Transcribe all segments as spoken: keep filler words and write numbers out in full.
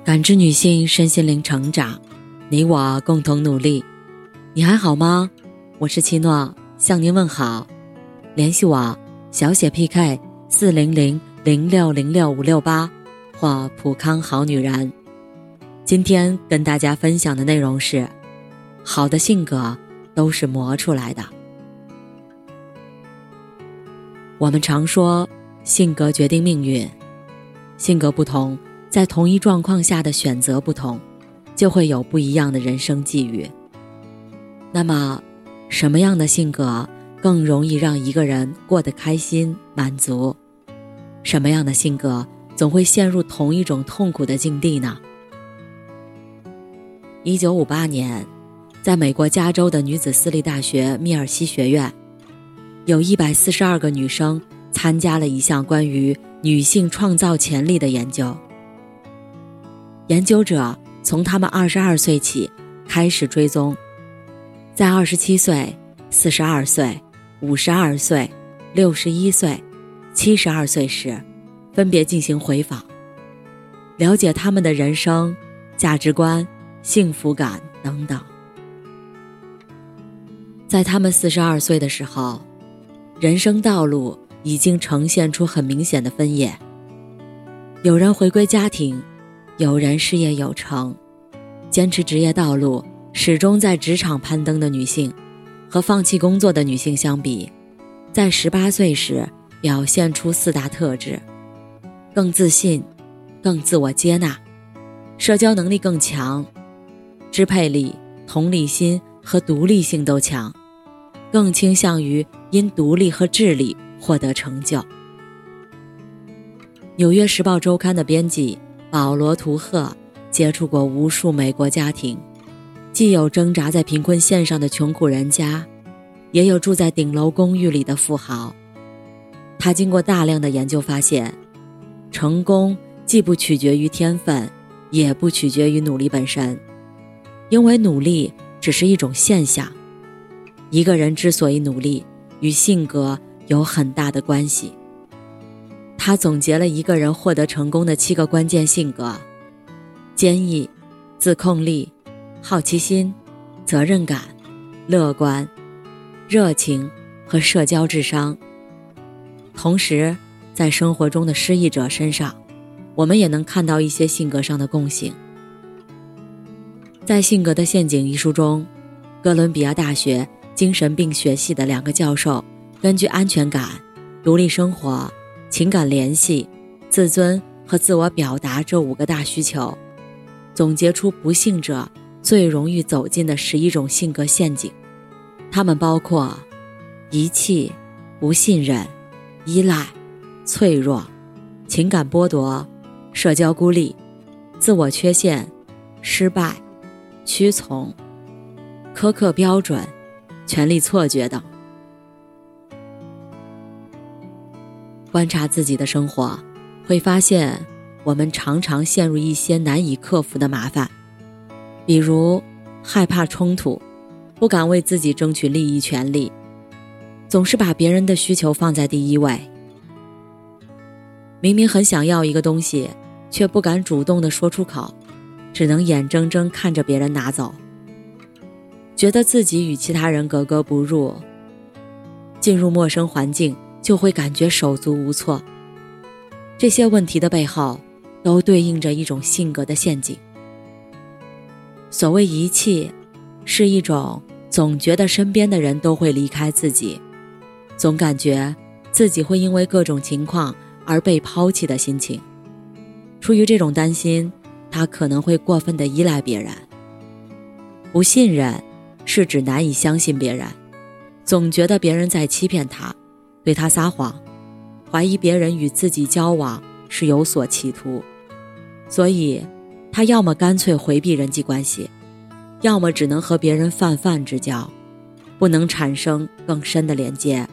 感知女性身心灵成长，你我共同努力。你还好吗？我是七诺，向您问好。联系我小写 P K 四零零零六零六五六八或普康好女人。今天跟大家分享的内容是：好的性格都是磨出来的。我们常说性格决定命运，性格不同，在同一状况下的选择不同，就会有不一样的人生际遇。那么什么样的性格更容易让一个人过得开心满足？什么样的性格总会陷入同一种痛苦的境地呢？一九五八年，在美国加州的女子私立大学密尔西学院，有一百四十二个女生参加了一项关于女性创造潜力的研究。研究者从她们二十二岁起开始追踪，在二十七岁、四十二岁、五十二岁、六十一岁、七十二岁时，分别进行回访，了解她们的人生、价值观、幸福感等等。在她们四十二岁的时候，人生道路已经呈现出很明显的分野，有人回归家庭，有人事业有成。坚持职业道路始终在职场攀登的女性，和放弃工作的女性相比，在十八岁时表现出四大特质：更自信，更自我接纳，社交能力更强，支配力、同理心和独立性都强，更倾向于因独立和智力获得成就。纽约时报周刊的编辑保罗·图赫接触过无数美国家庭，既有挣扎在贫困线上的穷苦人家，也有住在顶楼公寓里的富豪。他经过大量的研究发现，成功既不取决于天分，也不取决于努力本身，因为努力只是一种现象。一个人之所以努力，与性格有很大的关系。他总结了一个人获得成功的七个关键性格：坚毅、自控力、好奇心、责任感、乐观、热情和社交智商。同时，在生活中的失意者身上，我们也能看到一些性格上的共性。在《性格的陷阱》一书中，哥伦比亚大学精神病学系的两个教授根据安全感、独立生活、情感联系、自尊和自我表达这五个大需求，总结出不幸者最容易走进的十一种性格陷阱。它们包括遗弃、不信任、依赖、脆弱、情感剥夺、社交孤立、自我缺陷、失败、屈从、苛刻标准、权力错觉等。观察自己的生活，会发现我们常常陷入一些难以克服的麻烦，比如害怕冲突，不敢为自己争取利益权利，总是把别人的需求放在第一位。明明很想要一个东西，却不敢主动地说出口，只能眼睁睁看着别人拿走，觉得自己与其他人格格不入，进入陌生环境就会感觉手足无措。这些问题的背后都对应着一种性格的陷阱。所谓遗弃，是一种总觉得身边的人都会离开自己，总感觉自己会因为各种情况而被抛弃的心情。出于这种担心，他可能会过分地依赖别人。不信任是指难以相信别人，总觉得别人在欺骗他，对他撒谎，怀疑别人与自己交往是有所企图，所以他要么干脆回避人际关系，要么只能和别人泛泛之交，不能产生更深的连接。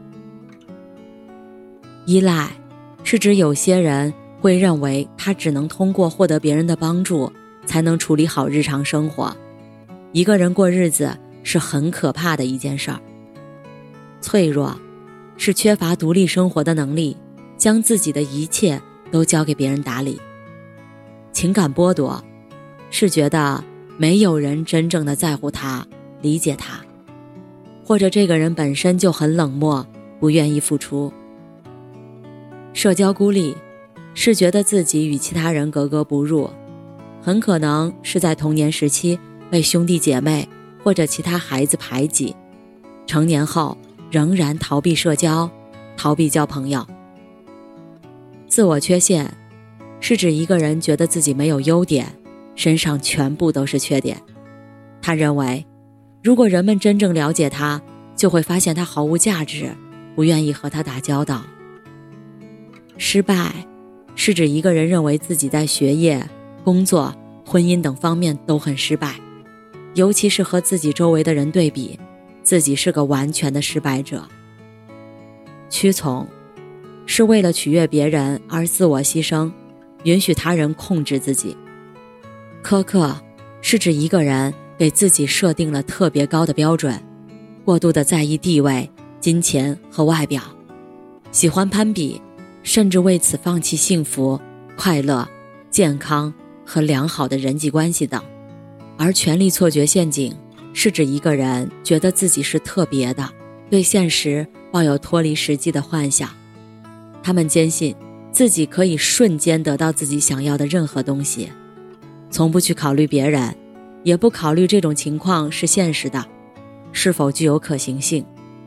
依赖是指有些人会认为他只能通过获得别人的帮助才能处理好日常生活，一个人过日子是很可怕的一件事儿。脆弱是缺乏独立生活的能力，将自己的一切都交给别人打理。 情感剥夺，是觉得没有人真正的在乎他，理解他，或者这个人本身就很冷漠，不愿意付出。社交孤立是觉得自己与其他人格格不入，很可能是在童年时期被兄弟姐妹或者其他孩子排挤，成年后仍然逃避社交，逃避交朋友。自我缺陷是指一个人觉得自己没有优点，身上全部都是缺点。他认为如果人们真正了解他，就会发现他毫无价值，不愿意和他打交道。失败是指一个人认为自己在学业、工作、婚姻等方面都很失败，尤其是和自己周围的人对比，自己是个完全的失败者。屈从是为了取悦别人而自我牺牲，允许他人控制自己。苛刻是指一个人给自己设定了特别高的标准，过度的在意地位、金钱和外表，喜欢攀比，甚至为此放弃幸福、快乐、健康和良好的人际关系等。而权力错觉陷阱是指一个人觉得自己是特别的，对现实抱有脱离实际的幻想。他们坚信自己可以瞬间得到自己想要的任何东西，从不去考虑别人，也不考虑这种情况是现实的，是否具有可行性。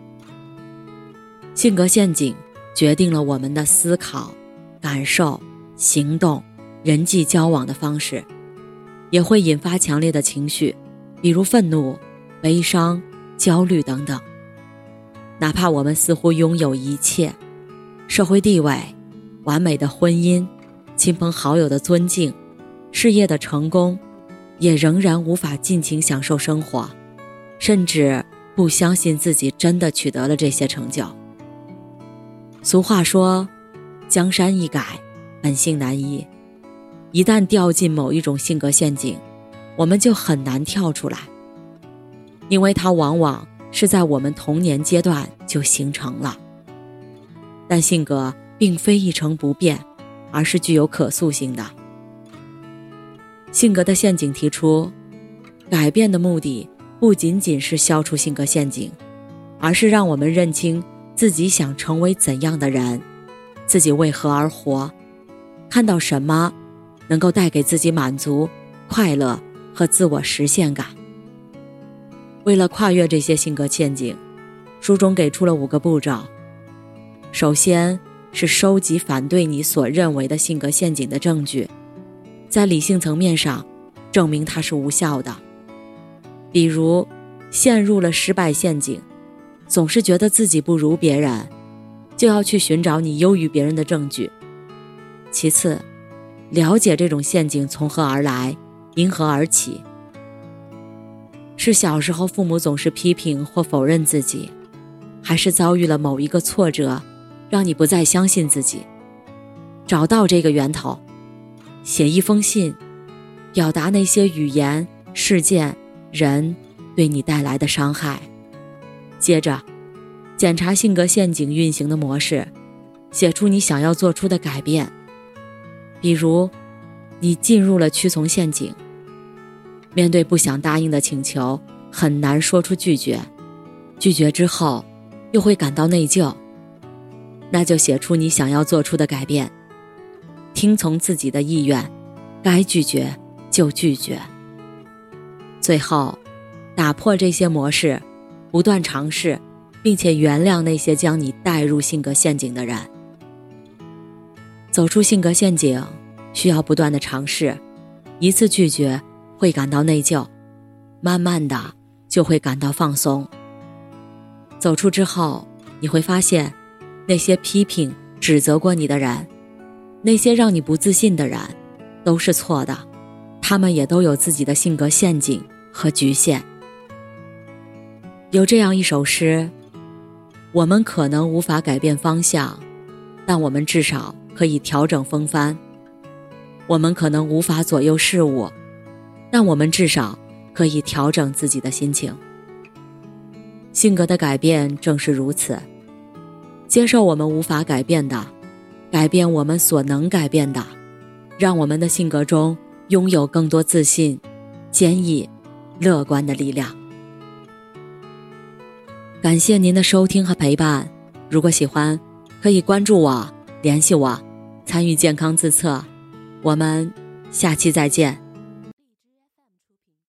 性格陷阱决定了我们的思考、感受、行动、人际交往的方式，也会引发强烈的情绪，比如愤怒、悲伤、焦虑等等。哪怕我们似乎拥有一切，社会地位、完美的婚姻、亲朋好友的尊敬、事业的成功，也仍然无法尽情享受生活，甚至不相信自己真的取得了这些成就。俗话说，江山易改，本性难移。一旦掉进某一种性格陷阱，我们就很难跳出来，因为它往往是在我们童年阶段就形成了。但性格并非一成不变，而是具有可塑性的。性格的陷阱提出，改变的目的不仅仅是消除性格陷阱，而是让我们认清自己想成为怎样的人，自己为何而活，看到什么能够带给自己满足、快乐和自我实现感。为了跨越这些性格陷阱，书中给出了五个步骤。首先是收集反对你所认为的性格陷阱的证据，在理性层面上证明它是无效的。比如陷入了失败陷阱，总是觉得自己不如别人，就要去寻找你优于别人的证据。其次，了解这种陷阱从何而来，因何而起。是小时候父母总是批评或否认自己，还是遭遇了某一个挫折，让你不再相信自己？找到这个源头，写一封信，表达那些语言、事件、人对你带来的伤害。接着，检查性格陷阱运行的模式，写出你想要做出的改变。比如，你进入了屈从陷阱，面对不想答应的请求，很难说出拒绝，拒绝之后又会感到内疚，那就写出你想要做出的改变，听从自己的意愿，该拒绝就拒绝。最后，打破这些模式，不断尝试，并且原谅那些将你带入性格陷阱的人。走出性格陷阱需要不断的尝试，一次拒绝会感到内疚，慢慢的就会感到放松。走出之后，你会发现那些批评指责过你的人，那些让你不自信的人都是错的，他们也都有自己的性格陷阱和局限。有这样一首诗，我们可能无法改变方向，但我们至少可以调整风帆。我们可能无法左右事物，但我们至少可以调整自己的心情。性格的改变正是如此，接受我们无法改变的，改变我们所能改变的， 让我们的性格中拥有更多自信、坚毅、乐观的力量。感谢您的收听和陪伴，如果喜欢，可以关注我、联系我，参与健康自测。我们下期再见。